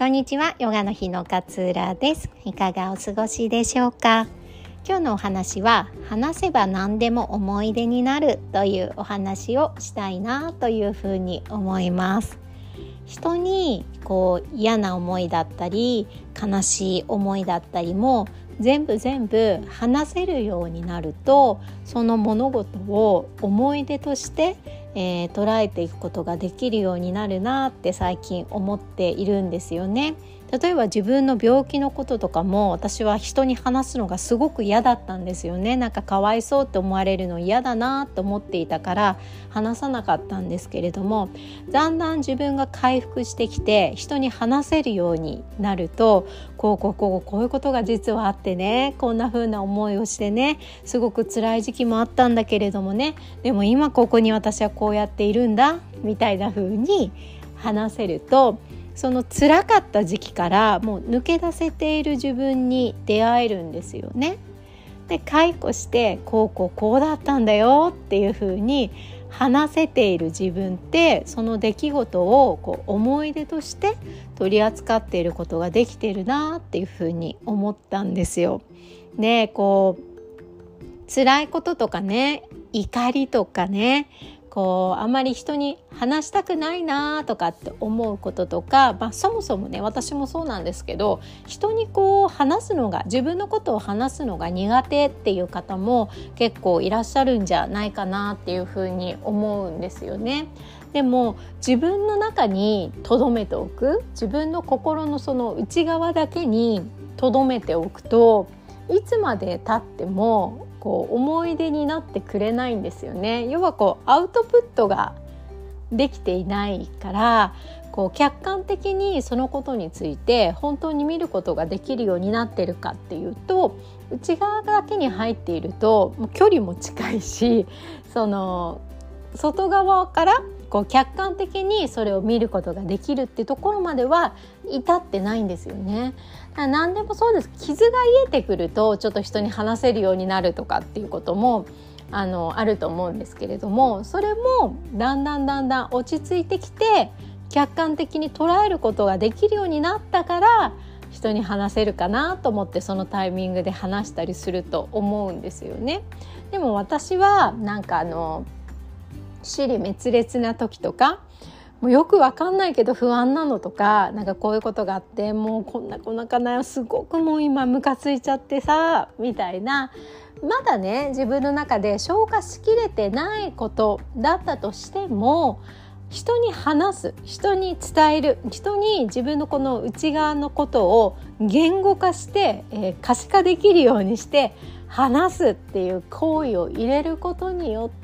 こんにちは、ヨガの日の勝浦です。いかがお過ごしでしょうか。今日のお話は、話せば何でも思い出になるというお話をしたいなというふうに思います。人に嫌な思いだったり悲しい思いだったりも全部話せるようになると、その物事を思い出として、捉えていくことができるようになるなって最近思っているんですよね。例えば自分の病気のこととかも、私は人に話すのがすごく嫌だったんですよね。なんかかわいそうって思われるの嫌だなと思っていたから話さなかったんですけれども、だんだん自分が回復してきて人に話せるようになると、こういうことが実はあってね、こんな風な思いをしてね、すごく辛い時期もあったんだけれどもね、でも今ここに私はこうやっているんだみたいな風に話せると、その辛かった時期からもう抜け出せている自分に出会えるんですよね。で、解雇してこうだったんだよっていう風に話せている自分って、その出来事を思い出として取り扱っていることができているなっていう風に思ったんですよ。で、辛いこととかね、怒りとかね、あまり人に話したくないなとかって思うこととか、そもそもね、私もそうなんですけど、人に話すのが、自分のことを話すのが苦手っていう方も結構いらっしゃるんじゃないかなっていうふうに思うんですよね。でも自分の中に留めておく、自分の心のその内側だけに留めておくと、いつまで経っても思い出になってくれないんですよね。要はアウトプットができていないから、客観的にそのことについて本当に見ることができるようになってるかっていうと、内側だけに入っているともう距離も近いし、その外側から客観的にそれを見ることができるってところまでは至ってないんですよね。何でもそうです。傷が癒えてくるとちょっと人に話せるようになるとかっていうこともあると思うんですけれども、それもだんだん落ち着いてきて客観的に捉えることができるようになったから、人に話せるかなと思ってそのタイミングで話したりすると思うんですよね。でも私は支離滅裂な時とか、もうよくわかんないけど不安なのとか、こういうことがあって、もうこんなかな、すごくもう今ムカついちゃってさみたいな、まだね自分の中で消化しきれてないことだったとしても、人に話す、人に伝える、人に自分のこの内側のことを言語化して、可視化できるようにして話すっていう行為を入れることによって、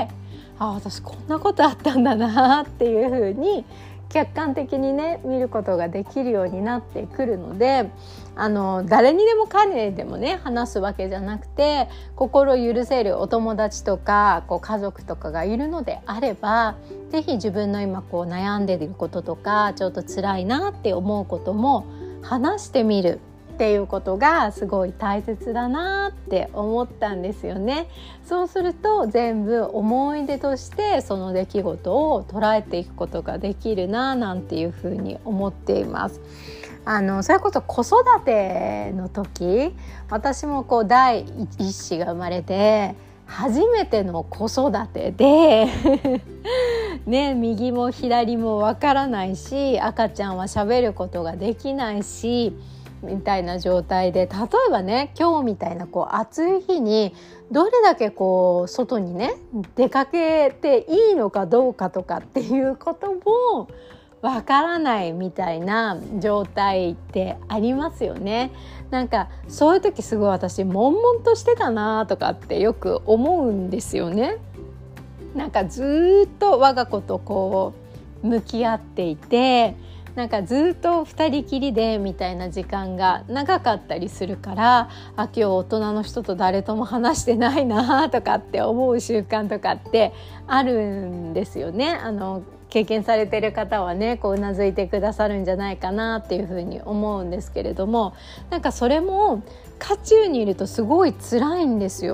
私こんなことあったんだなっていう風に客観的にね見ることができるようになってくるので、誰にでも彼でもね話すわけじゃなくて、心許せるお友達とか家族とかがいるのであれば、ぜひ自分の今悩んでいることとか、ちょっと辛いなって思うことも話してみるっていうことがすごい大切だなって思ったんですよね。そうすると全部思い出としてその出来事を捉えていくことができるななんていうふうに思っています。それこそ子育ての時、私も第一子が生まれて初めての子育てでね、右も左もわからないし、赤ちゃんは喋ることができないしみたいな状態で、例えばね今日みたいな暑い日にどれだけ外にね出かけていいのかどうかとかっていうこともわからないみたいな状態ってありますよね。そういう時すごい私悶々としてたなとかってよく思うんですよね。ずっと我が子と向き合っていて、ずっと二人きりでみたいな時間が長かったりするから、今日大人の人と誰とも話してないなとかって思う習慣とかってあるんですよね。経験されてる方はねうなずいてくださるんじゃないかなっていうふうに思うんですけれども、それも渦中にいるとすごい辛いんですよ。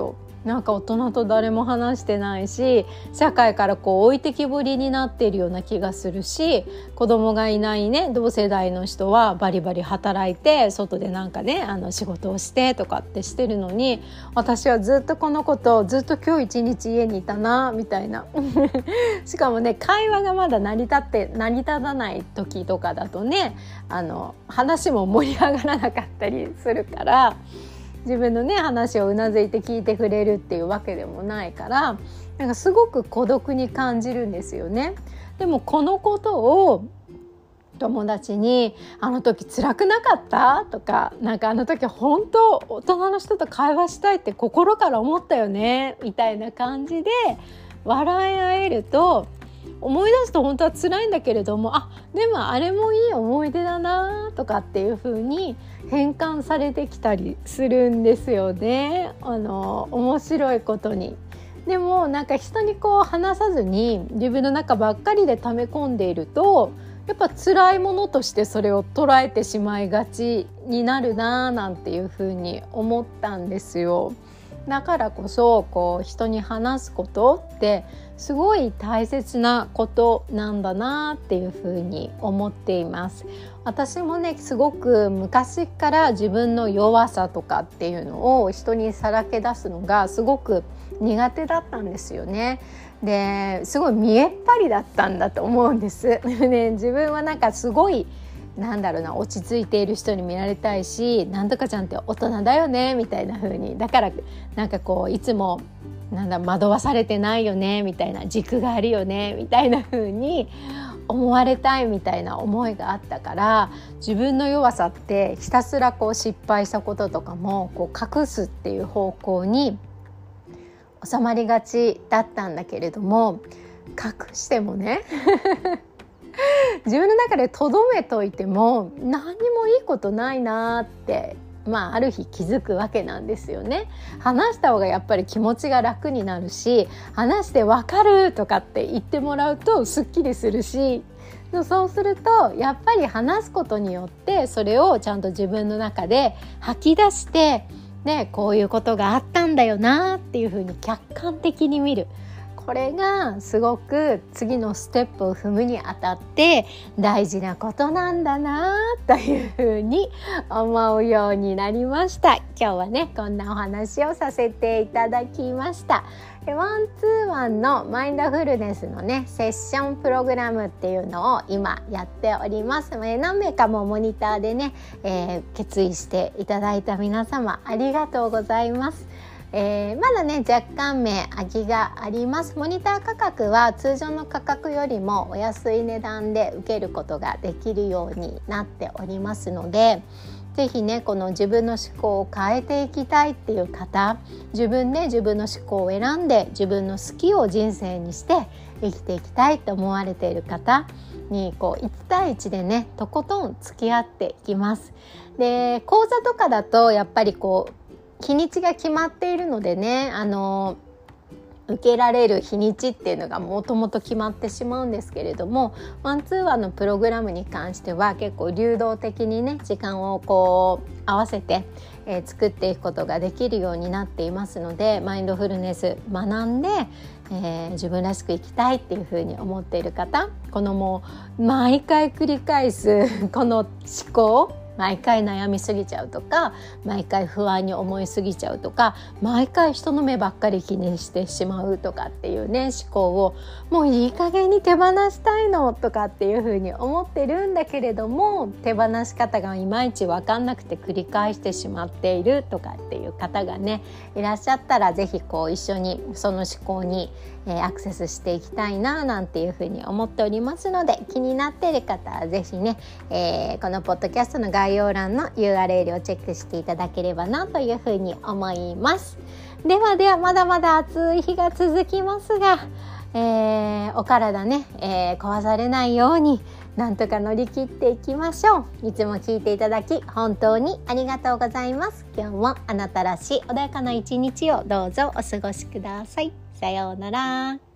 なんか大人と誰も話してないし、社会から置いてきぼりになっているような気がするし、子供がいないね同世代の人はバリバリ働いて外でなんかね仕事をしてとかってしてるのに、私はずっとこの子とずっと今日一日家にいたなみたいなしかもね会話がまだ成り立たない時とかだとね話も盛り上がらなかったりするから、自分のね話をうなずいて聞いてくれるっていうわけでもないから、なんかすごく孤独に感じるんですよね。でもこのことを友達にあの時辛くなかったとか、なんかあの時本当大人の人と会話したいって心から思ったよねみたいな感じで笑い合えると、思い出すと本当は辛いんだけれども、でもあれもいい思い出だなとかっていう風に変換されてきたりするんですよね。面白いことに。でもなんか人に話さずに自分の中ばっかりで溜め込んでいると、やっぱ辛いものとしてそれを捉えてしまいがちになるななんていう風に思ったんですよ。だからこそ人に話すことってすごい大切なことなんだなっていうふうに思っています。私もねすごく昔から自分の弱さとかっていうのを人にさらけ出すのがすごく苦手だったんですよね。ですごい見えっ張りだったんだと思うんです、ね、自分はなんかすごい落ち着いている人に見られたいし、なんとかちゃんって大人だよねみたいな風に、だからなんかいつも惑わされてないよねみたいな、軸があるよねみたいな風に思われたいみたいな思いがあったから、自分の弱さってひたすら失敗したこととかも隠すっていう方向に収まりがちだったんだけれども、隠してもね自分の中で留めといても何にもいいことないなって、ある日気づくわけなんですよね。話した方がやっぱり気持ちが楽になるし、話して分かるとかって言ってもらうとすっきりするし、そうするとやっぱり話すことによってそれをちゃんと自分の中で吐き出して、こういうことがあったんだよなっていうふうに客観的に見る。これがすごく次のステップを踏むにあたって大事なことなんだなというふうに思うようになりました。今日はねこんなお話をさせていただきました。ワンツーワンのマインドフルネスのねセッションプログラムっていうのを今やっております。何名かもモニターでね、決意していただいた皆様ありがとうございます。まだね若干空きがあります。モニター価格は通常の価格よりもお安い値段で受けることができるようになっておりますので、ぜひねこの自分の思考を変えていきたいっていう方、自分の思考を選んで自分の好きを人生にして生きていきたいと思われている方に1対1でねとことん付き合っていきます。で講座とかだとやっぱり日にちが決まっているのでね、受けられる日にちっていうのがもともと決まってしまうんですけれども、ワンツーワンのプログラムに関しては結構流動的にね時間を合わせて、作っていくことができるようになっていますので、マインドフルネス学んで、自分らしく生きたいっていうふうに思っている方、このもう毎回繰り返すこの思考、毎回悩みすぎちゃうとか、毎回不安に思いすぎちゃうとか、毎回人の目ばっかり気にしてしまうとかっていうね思考をもういい加減に手放したいのとかっていうふうに思ってるんだけれども、手放し方がいまいち分かんなくて繰り返してしまっているとかっていう方がねいらっしゃったら、ぜひ一緒にその思考にアクセスしていきたいななんていうふうに思っておりますので、気になっている方はぜひね、このポッドキャストの概要欄の URL をチェックしていただければなというふうに思います。ではまだまだ暑い日が続きますが、お体ね、壊されないようになんとか乗り切っていきましょう。いつも聞いていただき本当にありがとうございます。今日もあなたらしい穏やかな一日をどうぞお過ごしください。さようなら。